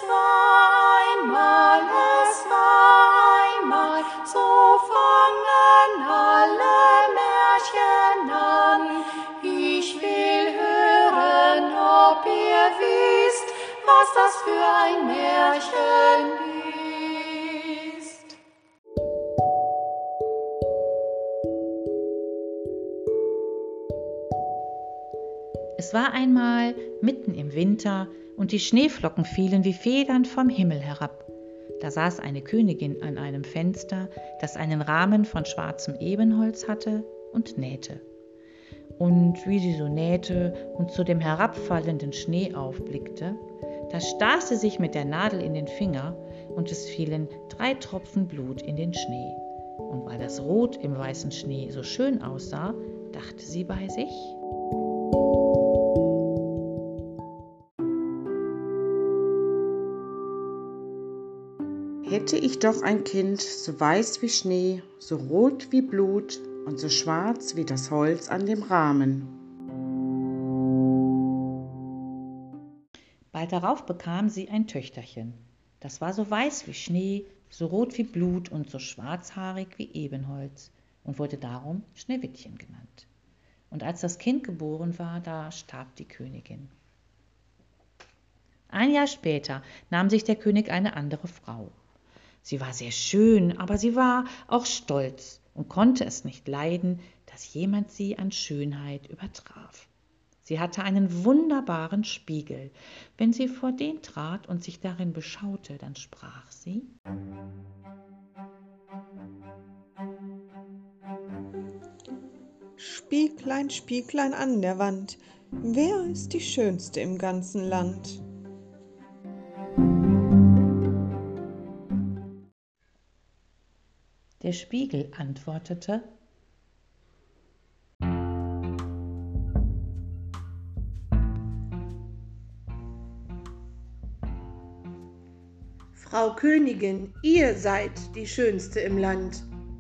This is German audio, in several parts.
es war einmal, so fangen alle Märchen an. Ich will hören, ob ihr wisst, was das für ein Märchen ist. Es war einmal mitten im Winter und die Schneeflocken fielen wie Federn vom Himmel herab. Da saß eine Königin an einem Fenster, das einen Rahmen von schwarzem Ebenholz hatte, und nähte. Und wie sie so nähte und zu dem herabfallenden Schnee aufblickte, da stach sie sich mit der Nadel in den Finger und es fielen 3 Tropfen Blut in den Schnee. Und weil das Rot im weißen Schnee so schön aussah, dachte sie bei sich: Hätte ich doch ein Kind, so weiß wie Schnee, so rot wie Blut und so schwarz wie das Holz an dem Rahmen. Bald darauf bekam sie ein Töchterchen. Das war so weiß wie Schnee, so rot wie Blut und so schwarzhaarig wie Ebenholz und wurde darum Schneewittchen genannt. Und als das Kind geboren war, da starb die Königin. Ein Jahr später nahm sich der König eine andere Frau. Sie war sehr schön, aber sie war auch stolz und konnte es nicht leiden, dass jemand sie an Schönheit übertraf. Sie hatte einen wunderbaren Spiegel. Wenn sie vor den trat und sich darin beschaute, dann sprach sie: Spieglein, Spieglein an der Wand, wer ist die Schönste im ganzen Land? Der Spiegel antwortete: Frau Königin, ihr seid die Schönste im Land.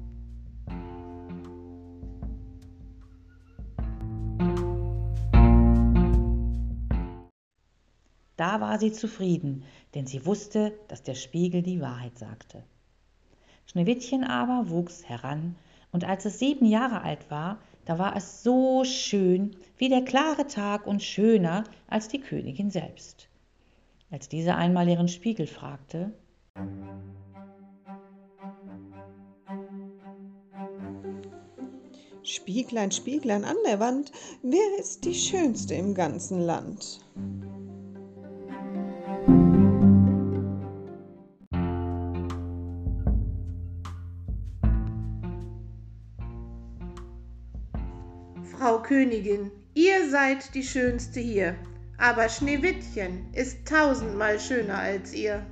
Da war sie zufrieden, denn sie wusste, dass der Spiegel die Wahrheit sagte. Schneewittchen aber wuchs heran, und als es 7 Jahre alt war, da war es so schön wie der klare Tag und schöner als die Königin selbst. Als diese einmal ihren Spiegel fragte: Spieglein, Spieglein an der Wand, wer ist die Schönste im ganzen Land? Frau Königin, ihr seid die Schönste hier, aber Schneewittchen ist 1000-mal schöner als ihr.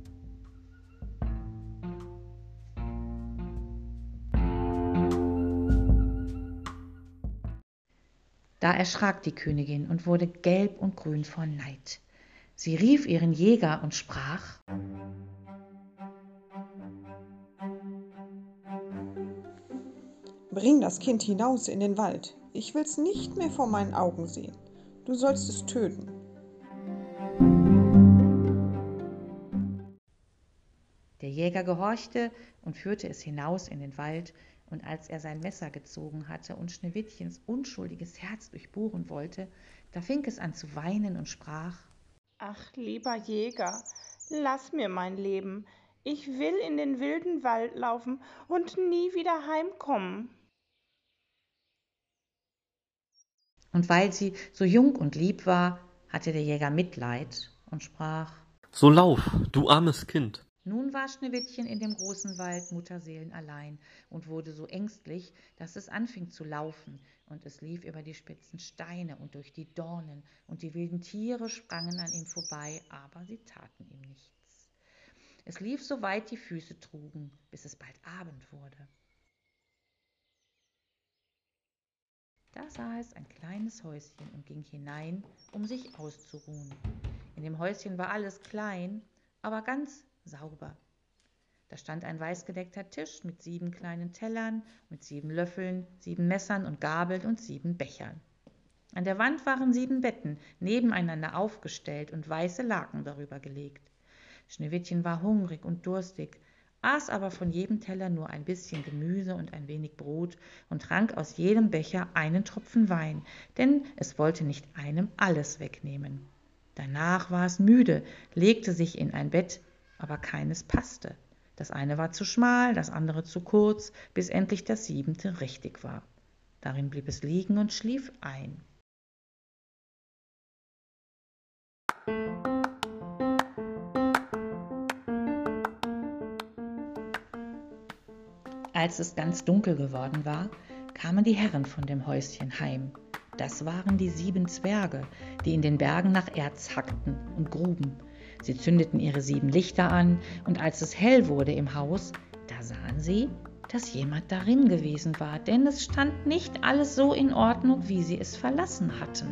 Da erschrak die Königin und wurde gelb und grün vor Neid. Sie rief ihren Jäger und sprach: Bring das Kind hinaus in den Wald, ich will's nicht mehr vor meinen Augen sehen. Du sollst es töten. Der Jäger gehorchte und führte es hinaus in den Wald, und als er sein Messer gezogen hatte und Schneewittchens unschuldiges Herz durchbohren wollte, da fing es an zu weinen und sprach: Ach, lieber Jäger, lass mir mein Leben. Ich will in den wilden Wald laufen und nie wieder heimkommen. Und weil sie so jung und lieb war, hatte der Jäger Mitleid und sprach: So lauf, du armes Kind. Nun war Schneewittchen in dem großen Wald mutterseelenallein und wurde so ängstlich, dass es anfing zu laufen, und es lief über die spitzen Steine und durch die Dornen, und die wilden Tiere sprangen an ihm vorbei, aber sie taten ihm nichts. Es lief so weit die Füße trugen, bis es bald Abend wurde. Da sah es ein kleines Häuschen und ging hinein, um sich auszuruhen. In dem Häuschen war alles klein, aber ganz sauber. Da stand ein weißgedeckter Tisch mit 7 kleinen Tellern, mit 7 Löffeln, 7 Messern und Gabeln und 7 Bechern. An der Wand waren 7 Betten nebeneinander aufgestellt und weiße Laken darüber gelegt. Schneewittchen war hungrig und durstig, aß aber von jedem Teller nur ein bisschen Gemüse und ein wenig Brot und trank aus jedem Becher einen Tropfen Wein, denn es wollte nicht einem alles wegnehmen. Danach war es müde, legte sich in ein Bett, aber keines passte. Das eine war zu schmal, das andere zu kurz, bis endlich das 7. richtig war. Darin blieb es liegen und schlief ein. Als es ganz dunkel geworden war, kamen die Herren von dem Häuschen heim. Das waren die 7 Zwerge, die in den Bergen nach Erz hackten und gruben. Sie zündeten ihre 7 Lichter an, und als es hell wurde im Haus, da sahen sie, dass jemand darin gewesen war, denn es stand nicht alles so in Ordnung, wie sie es verlassen hatten.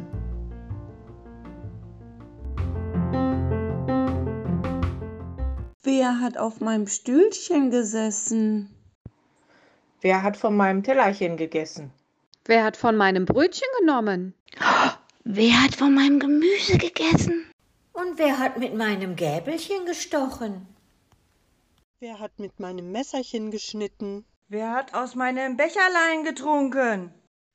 Wer hat auf meinem Stühlchen gesessen? Wer hat von meinem Tellerchen gegessen? Wer hat von meinem Brötchen genommen? Wer hat von meinem Gemüse gegessen? Und wer hat mit meinem Gäbelchen gestochen? Wer hat mit meinem Messerchen geschnitten? Wer hat aus meinem Becherlein getrunken?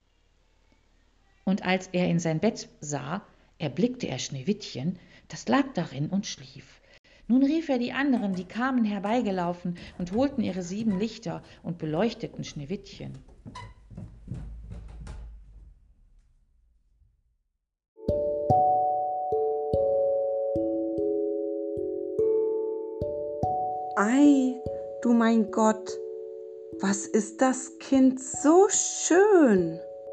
Und als er in sein Bett sah, erblickte er Schneewittchen, das lag darin und schlief. Nun rief er die anderen, die kamen herbeigelaufen und holten ihre 7 Lichter und beleuchteten Schneewittchen. Ei, du mein Gott, was ist das Kind so schön?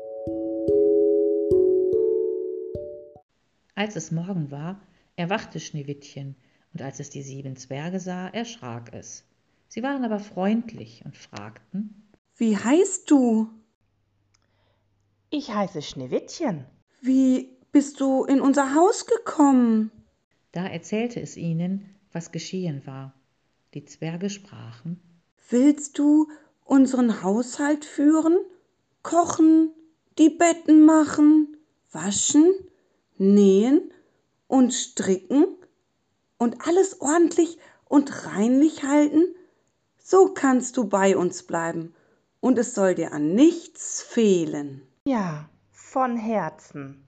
Als es Morgen war, erwachte Schneewittchen, und als es die 7 Zwerge sah, erschrak es. Sie waren aber freundlich und fragten: Wie heißt du? Ich heiße Schneewittchen. Wie bist du in unser Haus gekommen? Da erzählte es ihnen, was geschehen war. Die Zwerge sprachen: Willst du unseren Haushalt führen, kochen, die Betten machen, waschen, nähen und stricken und alles ordentlich und reinlich halten? So kannst du bei uns bleiben und es soll dir an nichts fehlen. Ja, von Herzen.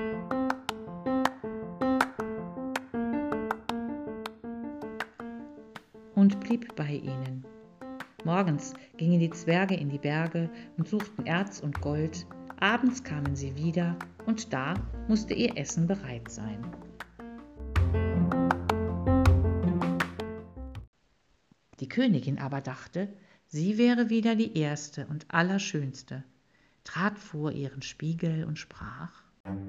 Und blieb bei ihnen. Morgens gingen die Zwerge in die Berge und suchten Erz und Gold. Abends kamen sie wieder, und da musste ihr Essen bereit sein. Die Königin aber dachte, sie wäre wieder die Erste und Allerschönste, trat vor ihren Spiegel und sprach: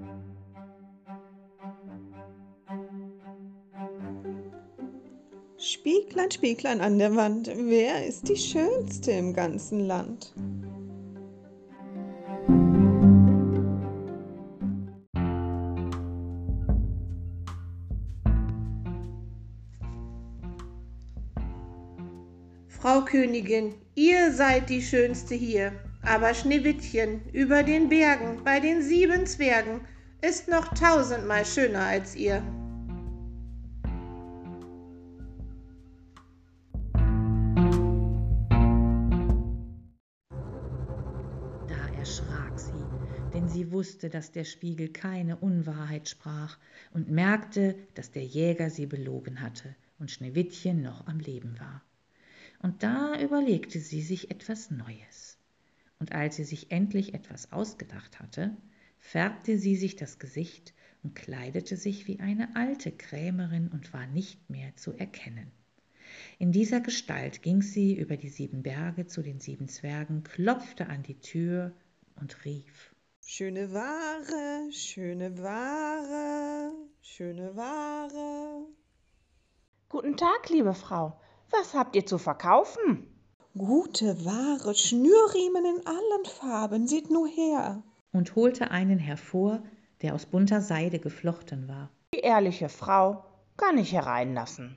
Spieglein, Spieglein an der Wand, wer ist die Schönste im ganzen Land? Frau Königin, ihr seid die Schönste hier, aber Schneewittchen über den Bergen bei den 7 Zwergen ist noch 1000-mal schöner als ihr. Da erschrak sie, denn sie wusste, dass der Spiegel keine Unwahrheit sprach und merkte, dass der Jäger sie belogen hatte und Schneewittchen noch am Leben war. Und da überlegte sie sich etwas Neues. Und als sie sich endlich etwas ausgedacht hatte, färbte sie sich das Gesicht und kleidete sich wie eine alte Krämerin und war nicht mehr zu erkennen. In dieser Gestalt ging sie über die 7 Berge zu den 7 Zwergen, klopfte an die Tür und rief: Schöne Ware, schöne Ware, schöne Ware. Guten Tag, liebe Frau. Was habt ihr zu verkaufen? Gute Ware, Schnürriemen in allen Farben, seht nur her. Und holte einen hervor, der aus bunter Seide geflochten war. Die ehrliche Frau kann ich hereinlassen.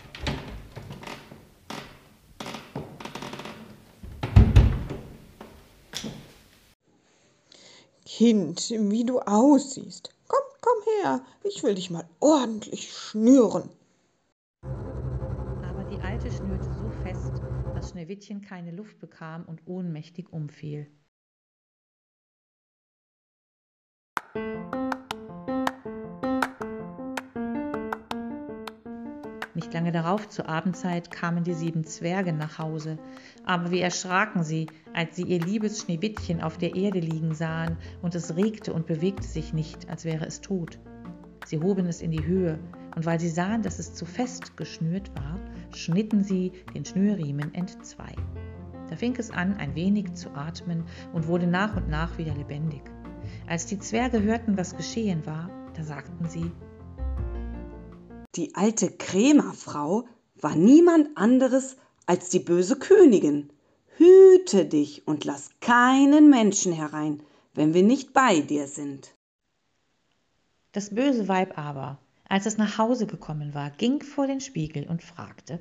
Kind, wie du aussiehst. Komm, komm her, ich will dich mal ordentlich schnüren. als Schneewittchen keine Luft bekam und ohnmächtig umfiel. Nicht lange darauf, zur Abendzeit, kamen die 7 Zwerge nach Hause. Aber wie erschraken sie, als sie ihr liebes Schneewittchen auf der Erde liegen sahen, und es regte und bewegte sich nicht, als wäre es tot. Sie hoben es in die Höhe, und weil sie sahen, dass es zu fest geschnürt war, schnitten sie den Schnürriemen entzwei. Da fing es an, ein wenig zu atmen und wurde nach und nach wieder lebendig. Als die Zwerge hörten, was geschehen war, da sagten sie: Die alte Krämerfrau war niemand anderes als die böse Königin. Hüte dich und lass keinen Menschen herein, wenn wir nicht bei dir sind. Das böse Weib aber, als es nach Hause gekommen war, ging vor den Spiegel und fragte: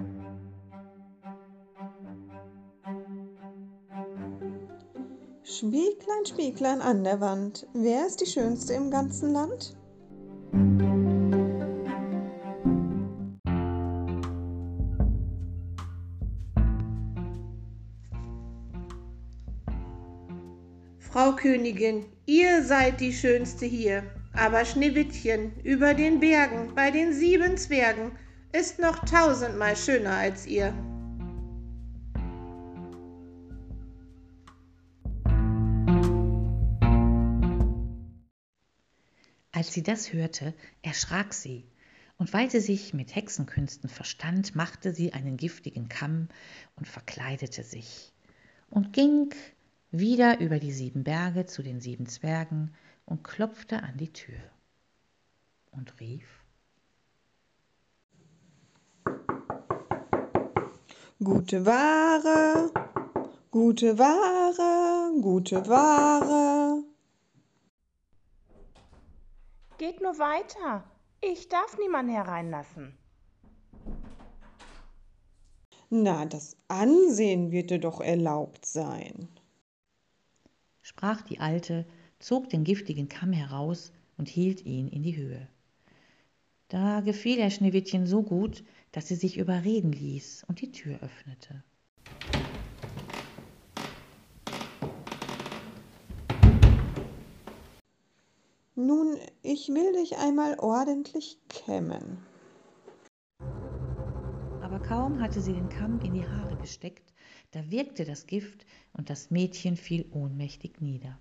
Spieglein, Spieglein an der Wand, wer ist die Schönste im ganzen Land? Frau Königin, ihr seid die Schönste hier, aber Schneewittchen über den Bergen bei den 7 Zwergen ist noch 1000-mal schöner als ihr. Als sie das hörte, erschrak sie, und weil sie sich mit Hexenkünsten verstand, machte sie einen giftigen Kamm und verkleidete sich und ging wieder über die 7 Berge zu den 7 Zwergen und klopfte an die Tür und rief: Gute Ware, gute Ware, gute Ware. Geht nur weiter. Ich darf niemanden hereinlassen. Na, das Ansehen wird dir doch erlaubt sein, sprach die Alte, zog den giftigen Kamm heraus und hielt ihn in die Höhe. Da gefiel er Schneewittchen so gut, dass sie sich überreden ließ und die Tür öffnete. Nun, ich will dich einmal ordentlich kämmen. Aber kaum hatte sie den Kamm in die Haare gesteckt, da wirkte das Gift und das Mädchen fiel ohnmächtig nieder.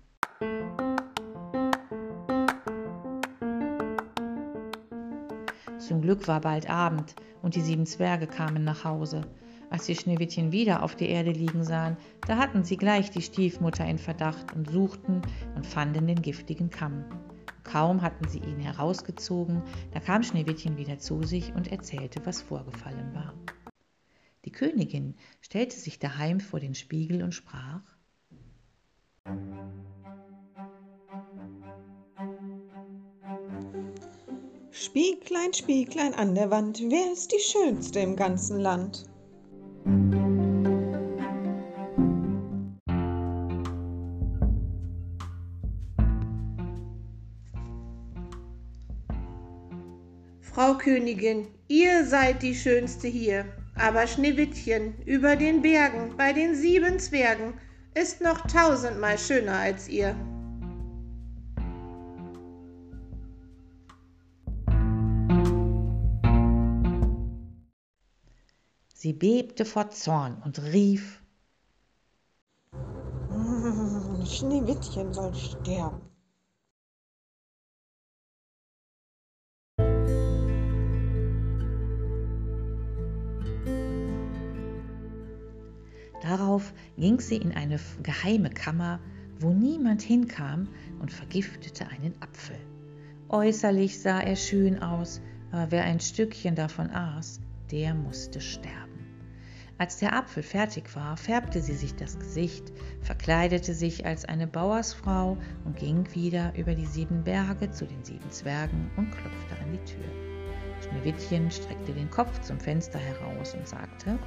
Zum Glück war bald Abend und die 7 Zwerge kamen nach Hause. Als sie Schneewittchen wieder auf der Erde liegen sahen, da hatten sie gleich die Stiefmutter in Verdacht und suchten und fanden den giftigen Kamm. Kaum hatten sie ihn herausgezogen, da kam Schneewittchen wieder zu sich und erzählte, was vorgefallen war. Die Königin stellte sich daheim vor den Spiegel und sprach: Spieglein, Spieglein an der Wand, wer ist die Schönste im ganzen Land? Frau Königin, ihr seid die Schönste hier, aber Schneewittchen über den Bergen bei den 7 Zwergen ist noch 1000-mal schöner als ihr. Sie bebte vor Zorn und rief: Schneewittchen soll sterben. Darauf ging sie in eine geheime Kammer, wo niemand hinkam, und vergiftete einen Apfel. Äußerlich sah er schön aus, aber wer ein Stückchen davon aß, der musste sterben. Als der Apfel fertig war, färbte sie sich das Gesicht, verkleidete sich als eine Bauersfrau und ging wieder über die 7 Berge zu den 7 Zwergen und klopfte an die Tür. Schneewittchen streckte den Kopf zum Fenster heraus und sagte: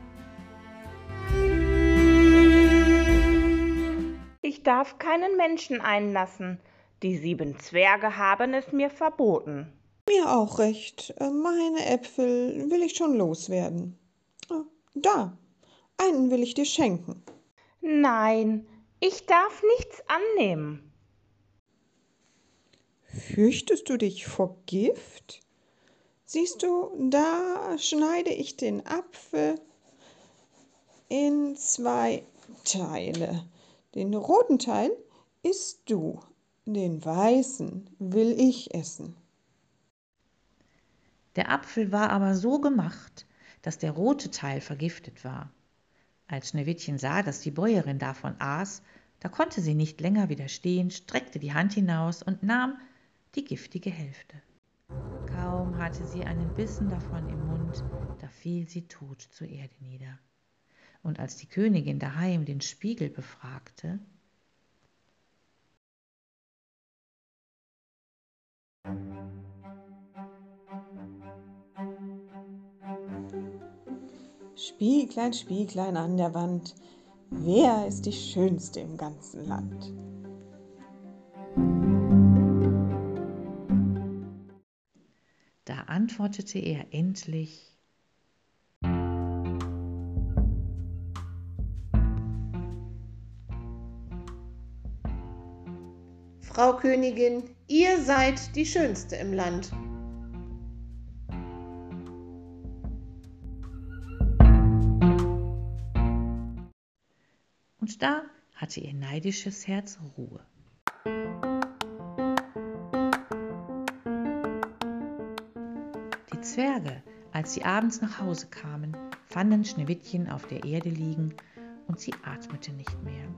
Ich darf keinen Menschen einlassen. Die 7 Zwerge haben es mir verboten. Mir auch recht. Meine Äpfel will ich schon loswerden. Da, Einen will ich dir schenken. Nein, ich darf nichts annehmen. Fürchtest du dich vor Gift? Siehst du, da schneide ich den Apfel in 2 Teile. Den roten Teil isst du, den weißen will ich essen. Der Apfel war aber so gemacht, dass der rote Teil vergiftet war. Als Schneewittchen sah, dass die Bäuerin davon aß, da konnte sie nicht länger widerstehen, streckte die Hand hinaus und nahm die giftige Hälfte. Kaum hatte sie einen Bissen davon im Mund, da fiel sie tot zur Erde nieder. Und als die Königin daheim den Spiegel befragte, Spieglein, Spieglein an der Wand, wer ist die Schönste im ganzen Land? da antwortete er endlich: Frau Königin, ihr seid die Schönste im Land. Und da hatte ihr neidisches Herz Ruhe. Die Zwerge, als sie abends nach Hause kamen, fanden Schneewittchen auf der Erde liegen und sie atmete nicht mehr.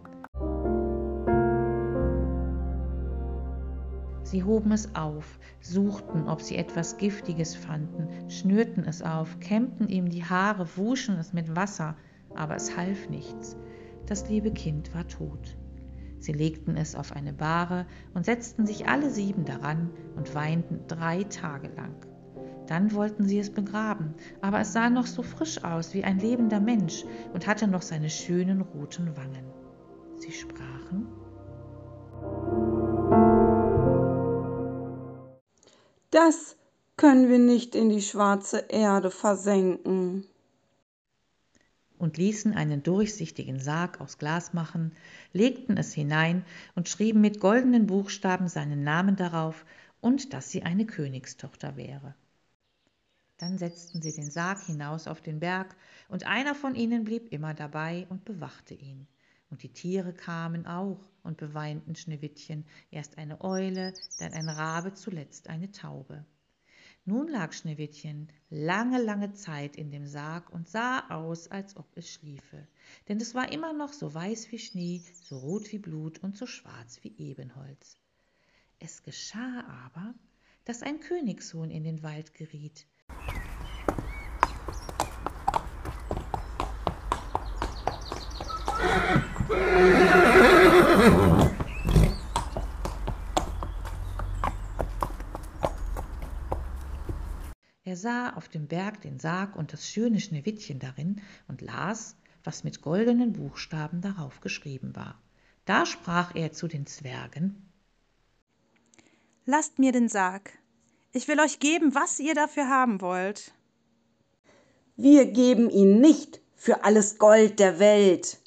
Sie hoben es auf, suchten, ob sie etwas Giftiges fanden, schnürten es auf, kämmten ihm die Haare, wuschen es mit Wasser, aber es half nichts. Das liebe Kind war tot. Sie legten es auf eine Bahre und setzten sich alle 7 daran und weinten 3 Tage lang. Dann wollten sie es begraben, aber es sah noch so frisch aus wie ein lebender Mensch und hatte noch seine schönen roten Wangen. Sie sprachen: Das können wir nicht in die schwarze Erde versenken. Und ließen einen durchsichtigen Sarg aus Glas machen, legten es hinein und schrieben mit goldenen Buchstaben seinen Namen darauf und dass sie eine Königstochter wäre. Dann setzten sie den Sarg hinaus auf den Berg, und einer von ihnen blieb immer dabei und bewachte ihn. Und die Tiere kamen auch und beweinten Schneewittchen, erst eine Eule, dann ein Rabe, zuletzt eine Taube. Nun lag Schneewittchen lange, lange Zeit in dem Sarg und sah aus, als ob es schliefe, denn es war immer noch so weiß wie Schnee, so rot wie Blut und so schwarz wie Ebenholz. Es geschah aber, dass ein Königssohn in den Wald geriet. Er sah auf dem Berg den Sarg und das schöne Schneewittchen darin und las, was mit goldenen Buchstaben darauf geschrieben war. Da sprach er zu den Zwergen: Lasst mir den Sarg. Ich will euch geben, was ihr dafür haben wollt. Wir geben ihn nicht für alles Gold der Welt.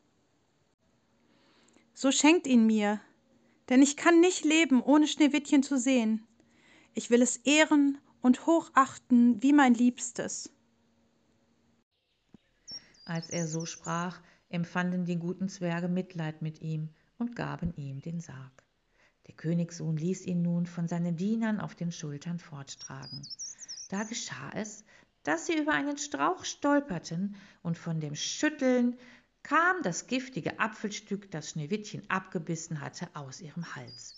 So schenkt ihn mir, denn ich kann nicht leben, ohne Schneewittchen zu sehen. Ich will es ehren und hochachten wie mein Liebstes. Als er so sprach, empfanden die guten Zwerge Mitleid mit ihm und gaben ihm den Sarg. Der Königssohn ließ ihn nun von seinen Dienern auf den Schultern forttragen. Da geschah es, dass sie über einen Strauch stolperten, und von dem Schütteln kam das giftige Apfelstück, das Schneewittchen abgebissen hatte, aus ihrem Hals.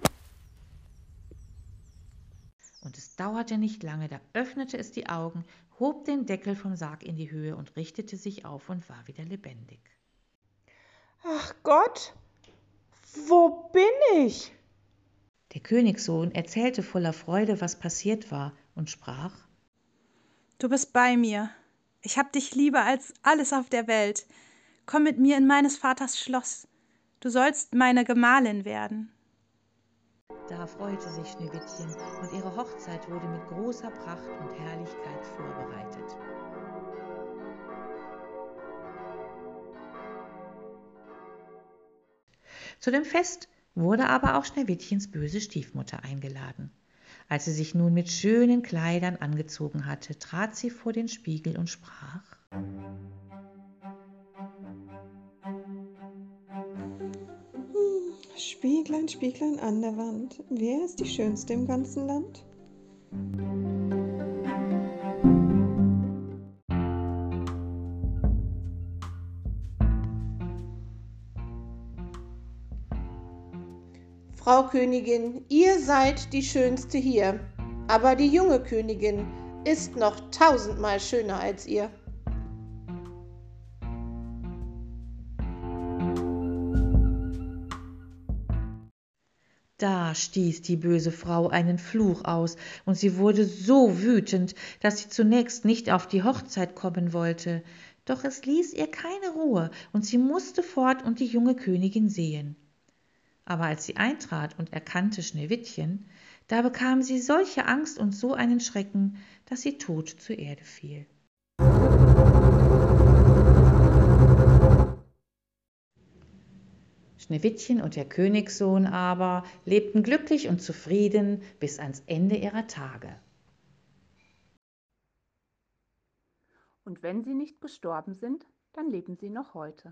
Und es dauerte nicht lange, da öffnete es die Augen, hob den Deckel vom Sarg in die Höhe und richtete sich auf und war wieder lebendig. Ach Gott, wo bin ich? Der Königssohn erzählte voller Freude, was passiert war, und sprach: Du bist bei mir. Ich hab dich lieber als alles auf der Welt. Komm mit mir in meines Vaters Schloss. Du sollst meine Gemahlin werden. Da freute sich Schneewittchen, und ihre Hochzeit wurde mit großer Pracht und Herrlichkeit vorbereitet. Zu dem Fest wurde aber auch Schneewittchens böse Stiefmutter eingeladen. Als sie sich nun mit schönen Kleidern angezogen hatte, trat sie vor den Spiegel und sprach: Spieglein, Spieglein an der Wand, wer ist die Schönste im ganzen Land? Frau Königin, ihr seid die Schönste hier, aber die junge Königin ist noch 1000-mal schöner als ihr. Da stieß die böse Frau einen Fluch aus, und sie wurde so wütend, dass sie zunächst nicht auf die Hochzeit kommen wollte. Doch es ließ ihr keine Ruhe, und sie musste fort und die junge Königin sehen. Aber als sie eintrat und erkannte Schneewittchen, da bekam sie solche Angst und so einen Schrecken, dass sie tot zur Erde fiel. Schneewittchen und der Königssohn aber lebten glücklich und zufrieden bis ans Ende ihrer Tage. Und wenn sie nicht gestorben sind, dann leben sie noch heute.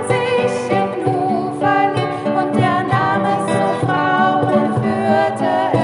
Führte